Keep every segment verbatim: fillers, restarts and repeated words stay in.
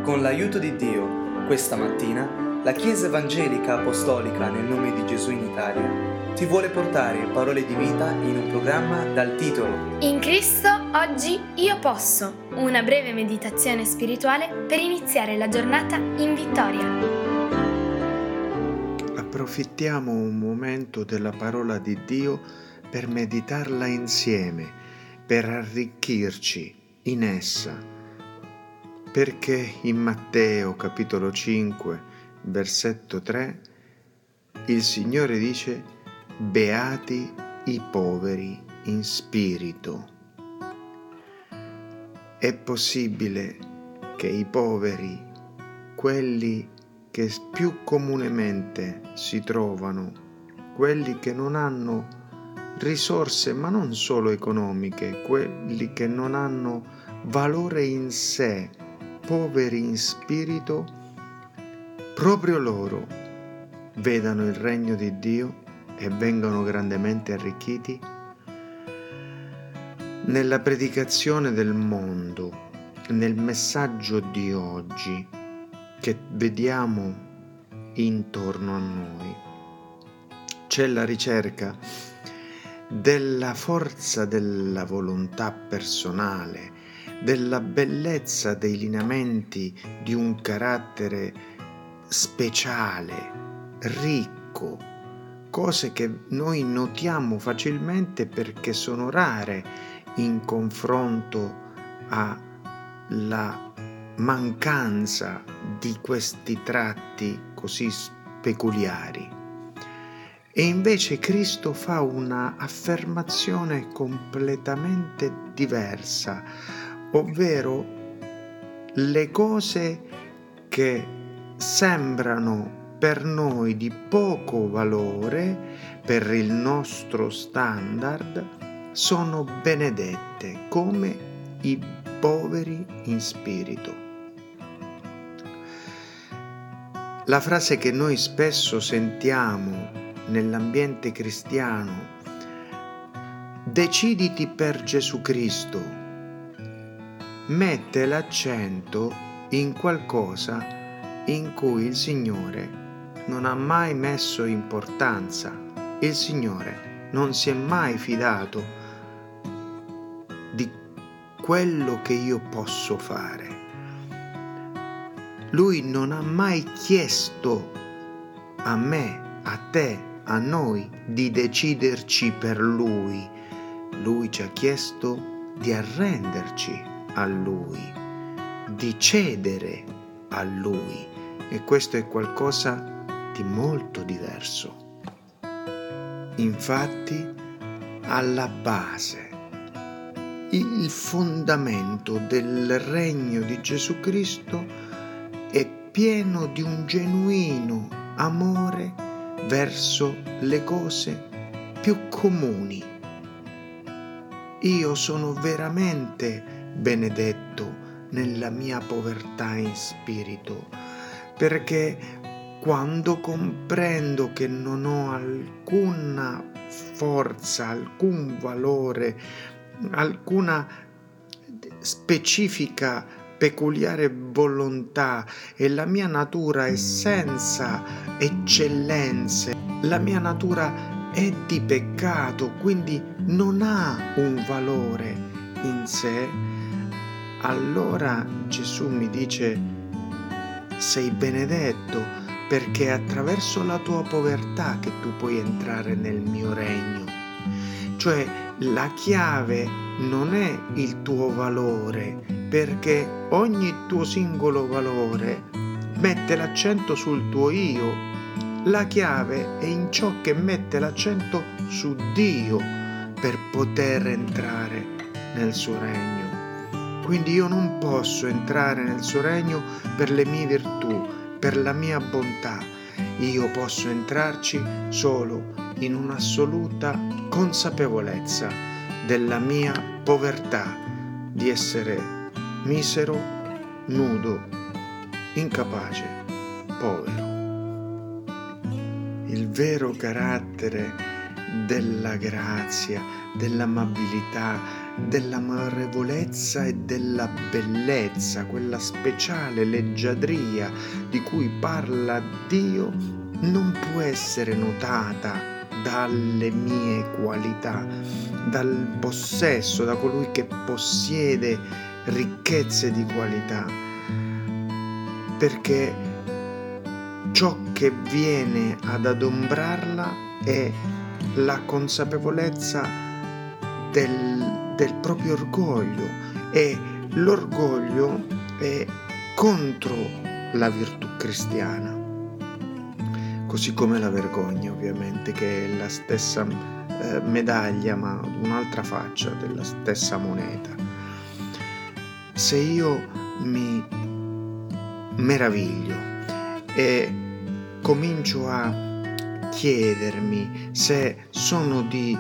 Con l'aiuto di Dio, questa mattina, la Chiesa Evangelica Apostolica nel nome di Gesù in Italia ti vuole portare parole di vita in un programma dal titolo In Cristo oggi io posso, una breve meditazione spirituale per iniziare la giornata in vittoria. Approfittiamo un momento della parola di Dio per meditarla insieme, per arricchirci in essa. Perché in Matteo capitolo cinque, versetto tre, il Signore dice: beati i poveri in spirito. È possibile che i poveri, quelli che più comunemente si trovano, quelli che non hanno risorse, ma non solo economiche, quelli che non hanno valore in sé, poveri in spirito, proprio loro vedano il regno di Dio e vengano grandemente arricchiti? Nella predicazione del mondo, nel messaggio di oggi che vediamo intorno a noi, c'è la ricerca della forza della volontà personale, della bellezza dei lineamenti di un carattere speciale, ricco, cose che noi notiamo facilmente perché sono rare in confronto alla mancanza di questi tratti così peculiari. E invece Cristo fa una affermazione completamente diversa, ovvero le cose che sembrano per noi di poco valore, per il nostro standard, sono benedette come i poveri in spirito. La frase che noi spesso sentiamo nell'ambiente cristiano: deciditi per Gesù Cristo, mette l'accento in qualcosa in cui il Signore non ha mai messo importanza. Il Signore non si è mai fidato di quello che io posso fare. Lui non ha mai chiesto a me, a te, a noi di deciderci per Lui. Lui ci ha chiesto di arrenderci a Lui, di cedere a Lui, e questo è qualcosa di molto diverso. Infatti, alla base, il fondamento del regno di Gesù Cristo è pieno di un genuino amore verso le cose più comuni. Io sono veramente benedetto nella mia povertà in spirito, perché quando comprendo che non ho alcuna forza, alcun valore, alcuna specifica peculiare volontà e la mia natura è senza eccellenze, la mia natura è di peccato, quindi non ha un valore in sé, allora Gesù mi dice: sei benedetto, perché è attraverso la tua povertà che tu puoi entrare nel mio regno. Cioè la chiave non è il tuo valore, perché ogni tuo singolo valore mette l'accento sul tuo io. La chiave è in ciò che mette l'accento su Dio per poter entrare nel suo regno. Quindi io non posso entrare nel suo regno per le mie virtù, per la mia bontà. Io posso entrarci solo in un'assoluta consapevolezza della mia povertà, di essere misero, nudo, incapace, povero. Il vero carattere della grazia, dell'amabilità, dell'amorevolezza e della bellezza, quella speciale leggiadria di cui parla Dio, non può essere notata dalle mie qualità, dal possesso, da colui che possiede ricchezze di qualità, perché ciò che viene ad adombrarla è la consapevolezza del, del proprio orgoglio, e l'orgoglio è contro la virtù cristiana, così come la vergogna, ovviamente, che è la stessa eh, medaglia ma un'altra faccia della stessa moneta. Se io mi meraviglio e comincio a chiedermi se sono di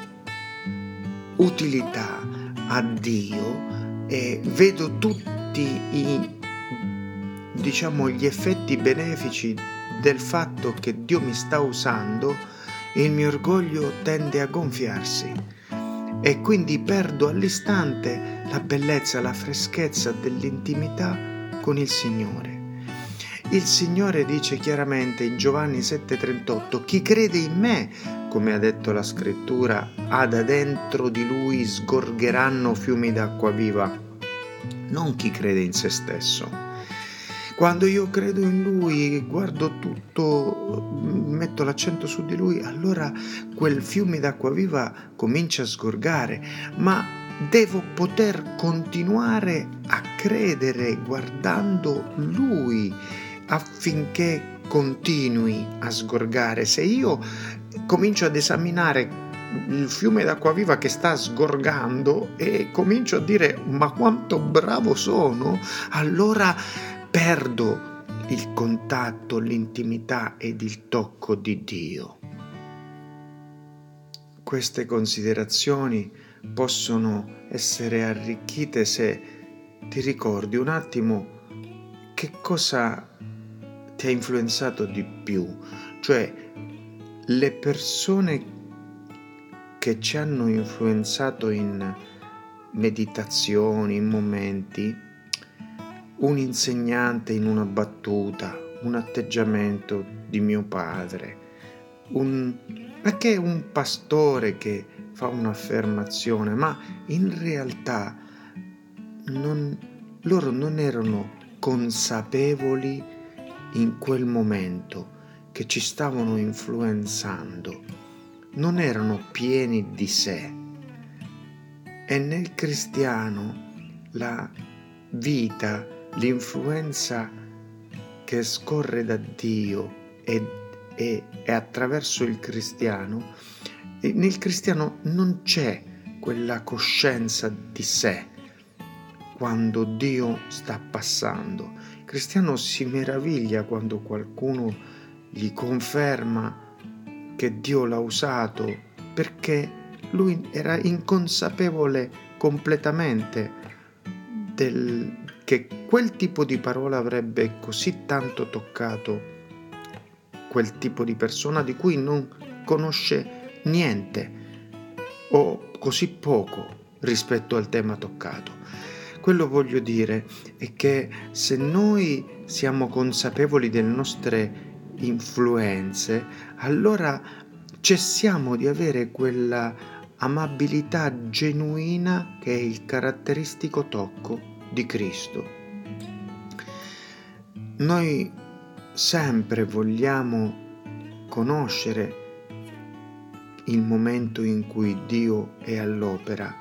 utilità a Dio e vedo tutti i, diciamo, gli effetti benefici del fatto che Dio mi sta usando, il mio orgoglio tende a gonfiarsi e quindi perdo all'istante la bellezza, la freschezza dell'intimità con il Signore. Il Signore dice chiaramente in Giovanni sette trentotto: chi crede in me, come ha detto la scrittura, ha da dentro di lui sgorgeranno fiumi d'acqua viva, non chi crede in se stesso. Quando io credo in Lui, guardo tutto, metto l'accento su di Lui, allora quel fiume d'acqua viva comincia a sgorgare, ma devo poter continuare a credere guardando Lui affinché continui a sgorgare. Se io comincio ad esaminare il fiume d'acqua viva che sta sgorgando e comincio a dire ma quanto bravo sono, allora perdo il contatto, l'intimità ed il tocco di Dio. Queste considerazioni possono essere arricchite se ti ricordi un attimo che cosa ti ha influenzato di più, cioè le persone che ci hanno influenzato in meditazioni, in momenti, un insegnante in una battuta, un atteggiamento di mio padre, un, anche un pastore che fa un'affermazione, ma in realtà non, loro non erano consapevoli in quel momento che ci stavano influenzando, non erano pieni di sé. E nel cristiano la vita, l'influenza che scorre da Dio e, e, e attraverso il cristiano, e nel cristiano non c'è quella coscienza di sé quando Dio sta passando. Il cristiano si meraviglia quando qualcuno gli conferma che Dio l'ha usato, perché lui era inconsapevole completamente del che quel tipo di parola avrebbe così tanto toccato quel tipo di persona di cui non conosce niente o così poco rispetto al tema toccato. Quello voglio dire è che se noi siamo consapevoli delle nostre influenze, allora cessiamo di avere quella amabilità genuina che è il caratteristico tocco di Cristo. Noi sempre vogliamo conoscere il momento in cui Dio è all'opera,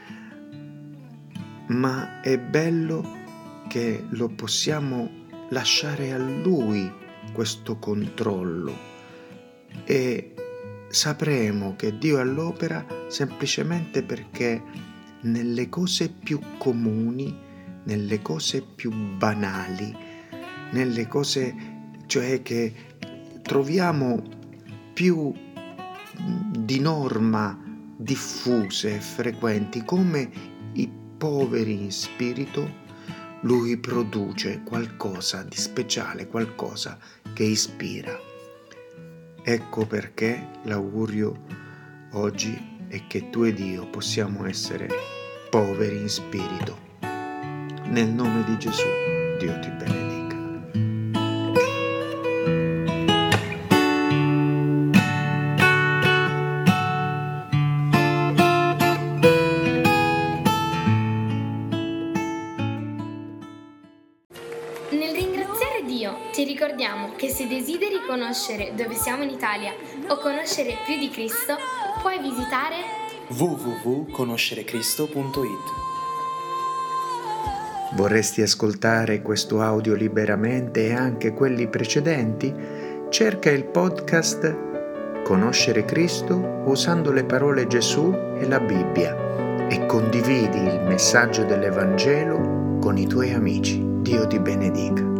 ma è bello che lo possiamo lasciare a Lui questo controllo e sapremo che Dio è all'opera semplicemente perché nelle cose più comuni, nelle cose più banali, nelle cose cioè che troviamo più di norma diffuse e frequenti, come i poveri in spirito, Lui produce qualcosa di speciale, qualcosa che ispira. Ecco perché l'augurio oggi è che tu ed io possiamo essere poveri in spirito. Nel nome di Gesù, Dio ti benedica. Nel ringraziare Dio ti ricordiamo che se desideri conoscere dove siamo in Italia o conoscere più di Cristo, puoi visitare w w w punto conoscerecristo punto it. Vorresti ascoltare questo audio liberamente e anche quelli precedenti? Cerca il podcast Conoscere Cristo usando le parole Gesù e la Bibbia e condividi il messaggio dell'Evangelo con i tuoi amici. Dio ti benedica.